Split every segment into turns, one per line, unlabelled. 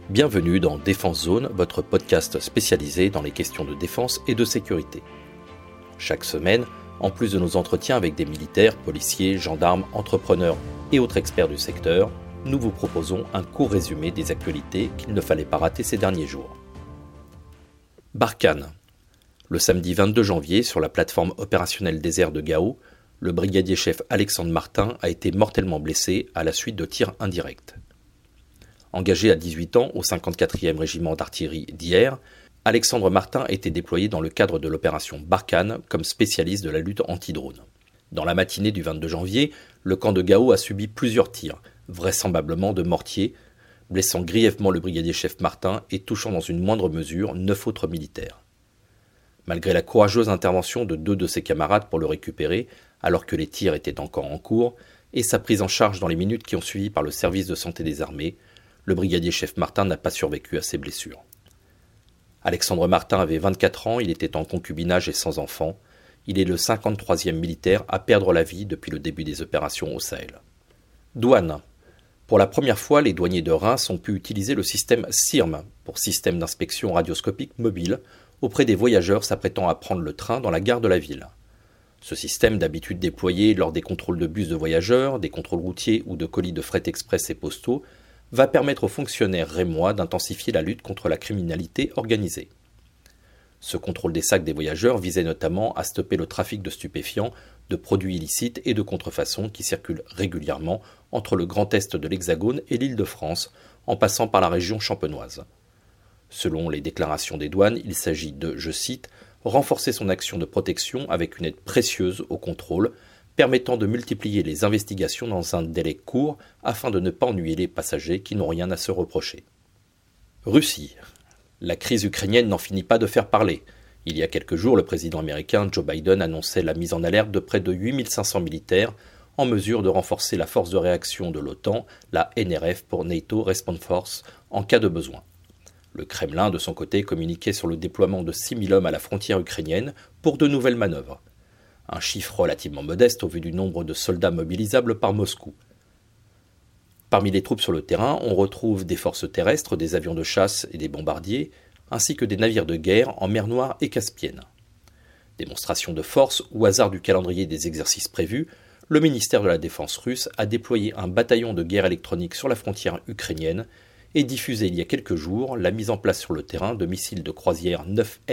Bienvenue dans Défense Zone, votre podcast spécialisé dans les questions de défense et de sécurité. Chaque semaine, en plus de nos entretiens avec des militaires, policiers, gendarmes, entrepreneurs et autres experts du secteur, nous vous proposons un court résumé des actualités qu'il ne fallait pas rater ces derniers jours. Barkhane. Le samedi 22 janvier, sur la plateforme opérationnelle désert de Gao, le brigadier-chef Alexandre Martin a été mortellement blessé à la suite de tirs indirects. Engagé à 18 ans au 54e régiment d'artillerie d'Hyères, Alexandre Martin a été déployé dans le cadre de l'opération Barkhane comme spécialiste de la lutte anti-drone. Dans la matinée du 22 janvier, le camp de Gao a subi plusieurs tirs, vraisemblablement de mortier, blessant grièvement le brigadier-chef Martin et touchant dans une moindre mesure 9 autres militaires. Malgré la courageuse intervention de 2 de ses camarades pour le récupérer, alors que les tirs étaient encore en cours, et sa prise en charge dans les minutes qui ont suivi par le service de santé des armées, le brigadier-chef Martin n'a pas survécu à ses blessures. Alexandre Martin avait 24 ans, il était en concubinage et sans enfant. Il est le 53e militaire à perdre la vie depuis le début des opérations au Sahel. Douane. Pour la première fois, les douaniers de Reims ont pu utiliser le système SIRM, pour système d'inspection radioscopique mobile, auprès des voyageurs s'apprêtant à prendre le train dans la gare de la ville. Ce système, d'habitude déployé lors des contrôles de bus de voyageurs, des contrôles routiers ou de colis de fret express et postaux, va permettre aux fonctionnaires rémois d'intensifier la lutte contre la criminalité organisée. Ce contrôle des sacs des voyageurs visait notamment à stopper le trafic de stupéfiants, de produits illicites et de contrefaçons qui circulent régulièrement entre le Grand Est de l'Hexagone et l'Île-de-France, en passant par la région champenoise. Selon les déclarations des douanes, il s'agit de, je cite, « renforcer son action de protection avec une aide précieuse au contrôle », permettant de multiplier les investigations dans un délai court afin de ne pas ennuyer les passagers qui n'ont rien à se reprocher. Russie. La crise ukrainienne n'en finit pas de faire parler. Il y a quelques jours, le président américain Joe Biden annonçait la mise en alerte de près de 8500 militaires en mesure de renforcer la force de réaction de l'OTAN, la NRF pour NATO Response Force, en cas de besoin. Le Kremlin, de son côté, communiquait sur le déploiement de 6000 hommes à la frontière ukrainienne pour de nouvelles manœuvres. Un chiffre relativement modeste au vu du nombre de soldats mobilisables par Moscou. Parmi les troupes sur le terrain, on retrouve des forces terrestres, des avions de chasse et des bombardiers, ainsi que des navires de guerre en mer Noire et Caspienne. Démonstration de force ou hasard du calendrier des exercices prévus, le ministère de la Défense russe a déployé un bataillon de guerre électronique sur la frontière ukrainienne et diffusé il y a quelques jours la mise en place sur le terrain de missiles de croisière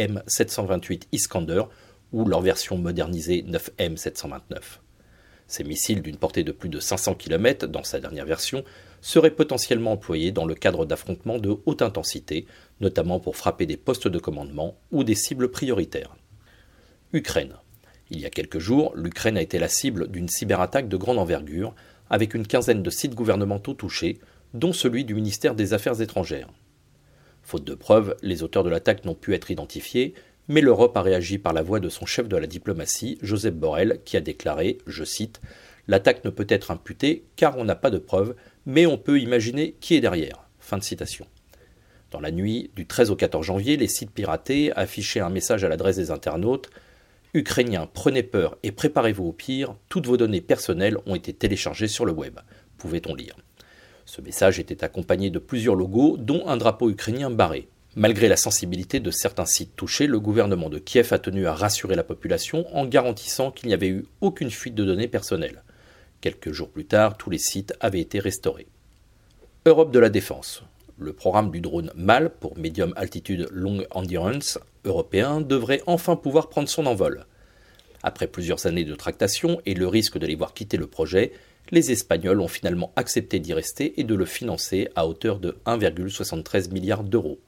9M728 Iskander ou leur version modernisée 9M729. Ces missiles d'une portée de plus de 500 km dans sa dernière version seraient potentiellement employés dans le cadre d'affrontements de haute intensité, notamment pour frapper des postes de commandement ou des cibles prioritaires. Ukraine. Il y a quelques jours, l'Ukraine a été la cible d'une cyberattaque de grande envergure, avec une quinzaine de sites gouvernementaux touchés, dont celui du ministère des Affaires étrangères. Faute de preuves, les auteurs de l'attaque n'ont pu être identifiés, mais l'Europe a réagi par la voix de son chef de la diplomatie, Josep Borrell, qui a déclaré, je cite, « L'attaque ne peut être imputée car on n'a pas de preuves, mais on peut imaginer qui est derrière. » Fin de citation. Dans la nuit du 13 au 14 janvier, les sites piratés affichaient un message à l'adresse des internautes « Ukrainiens, prenez peur et préparez-vous au pire, toutes vos données personnelles ont été téléchargées sur le web », pouvait-on lire. Ce message était accompagné de plusieurs logos, dont un drapeau ukrainien barré. Malgré la sensibilité de certains sites touchés, le gouvernement de Kiev a tenu à rassurer la population en garantissant qu'il n'y avait eu aucune fuite de données personnelles. Quelques jours plus tard, tous les sites avaient été restaurés. Europe de la défense. Le programme du drone MAL, pour Medium Altitude Long Endurance européen, devrait enfin pouvoir prendre son envol. Après plusieurs années de tractation et le risque de les voir quitter le projet, les Espagnols ont finalement accepté d'y rester et de le financer à hauteur de 1,73 milliard d'euros.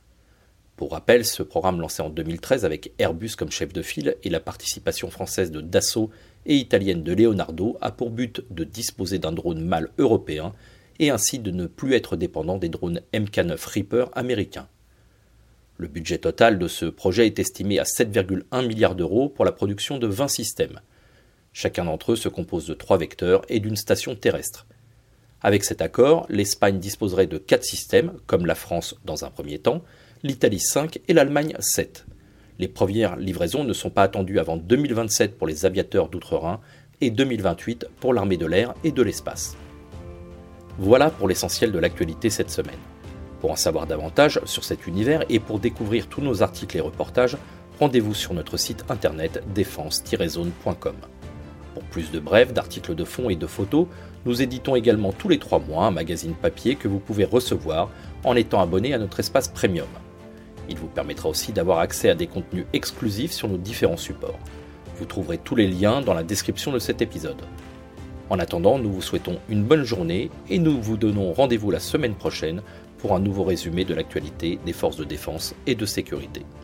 Pour rappel, ce programme lancé en 2013 avec Airbus comme chef de file et la participation française de Dassault et italienne de Leonardo a pour but de disposer d'un drone MAL européen et ainsi de ne plus être dépendant des drones Mk9 Reaper américains. Le budget total de ce projet est estimé à 7,1 milliards d'euros pour la production de 20 systèmes. Chacun d'entre eux se compose de 3 vecteurs et d'une station terrestre. Avec cet accord, l'Espagne disposerait de 4 systèmes, comme la France dans un premier temps, l'Italie 5 et l'Allemagne 7. Les premières livraisons ne sont pas attendues avant 2027 pour les aviateurs d'outre-Rhin et 2028 pour l'armée de l'air et de l'espace. Voilà pour l'essentiel de l'actualité cette semaine. Pour en savoir davantage sur cet univers et pour découvrir tous nos articles et reportages, rendez-vous sur notre site internet défense-zone.com. Pour plus de brèves, d'articles de fond et de photos, nous éditons également tous les 3 mois un magazine papier que vous pouvez recevoir en étant abonné à notre espace premium. Il vous permettra aussi d'avoir accès à des contenus exclusifs sur nos différents supports. Vous trouverez tous les liens dans la description de cet épisode. En attendant, nous vous souhaitons une bonne journée et nous vous donnons rendez-vous la semaine prochaine pour un nouveau résumé de l'actualité des forces de défense et de sécurité.